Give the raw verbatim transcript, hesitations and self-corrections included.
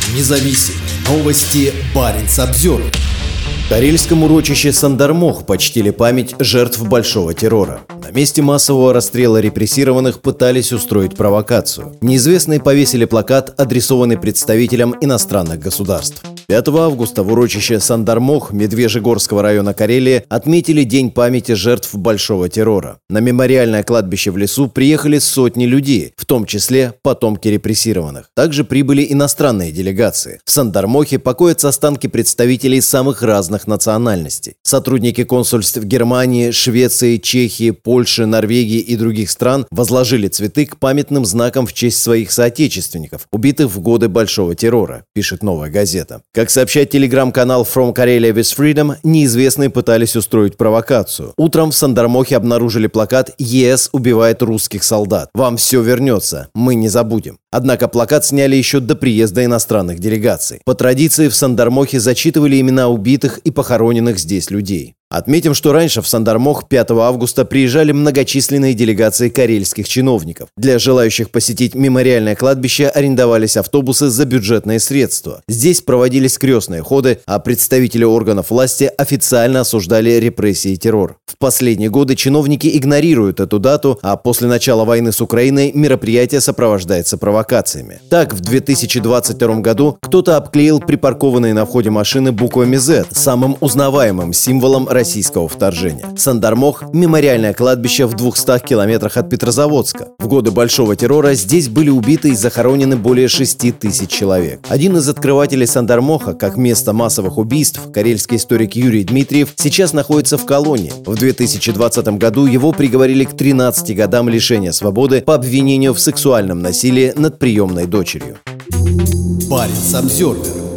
независим. Новости Баренц-Обзервер. В карельском урочище Сандармох почтили память жертв большого террора. На месте массового расстрела репрессированных пытались устроить провокацию. Неизвестные повесили плакат, адресованный представителям иностранных государств. пятого августа в урочище Сандармох Медвежьегорского района Карелии отметили День памяти жертв большого террора. На мемориальное кладбище в лесу приехали сотни людей, в том числе потомки репрессированных. Также прибыли иностранные делегации. В Сандармохе покоятся останки представителей самых разных национальностей. Сотрудники консульств Германии, Швеции, Чехии, Польши, Норвегии и других стран возложили цветы к памятным знакам в честь своих соотечественников, убитых в годы большого террора, пишет «Новая газета». Как сообщает телеграм-канал From Karelia with Freedom, неизвестные пытались устроить провокацию. Утром в Сандармохе обнаружили плакат «ЕС убивает русских солдат. Вам все вернется. Мы не забудем». Однако плакат сняли еще до приезда иностранных делегаций. По традиции в Сандармохе зачитывали имена убитых и похороненных здесь людей. Отметим, что раньше в Сандармох пятого августа приезжали многочисленные делегации карельских чиновников. Для желающих посетить мемориальное кладбище арендовались автобусы за бюджетные средства. Здесь проводились крестные ходы, а представители органов власти официально осуждали репрессии и террор. В последние годы чиновники игнорируют эту дату, а после начала войны с Украиной мероприятие сопровождается провокациями. Так, в две тысячи двадцать втором году кто-то обклеил припаркованные на входе машины буквами «зет», самым узнаваемым символом российского вторжения. Сандармох – мемориальное кладбище в двухстах километрах от Петрозаводска. В годы большого террора здесь были убиты и захоронены более шести тысяч человек. Один из открывателей Сандармоха, как место массовых убийств, карельский историк Юрий Дмитриев, сейчас находится в колонии. В две тысячи двадцатом году его приговорили к тринадцати годам лишения свободы по обвинению в сексуальном насилии над приемной дочерью. Баренц-Обзервер.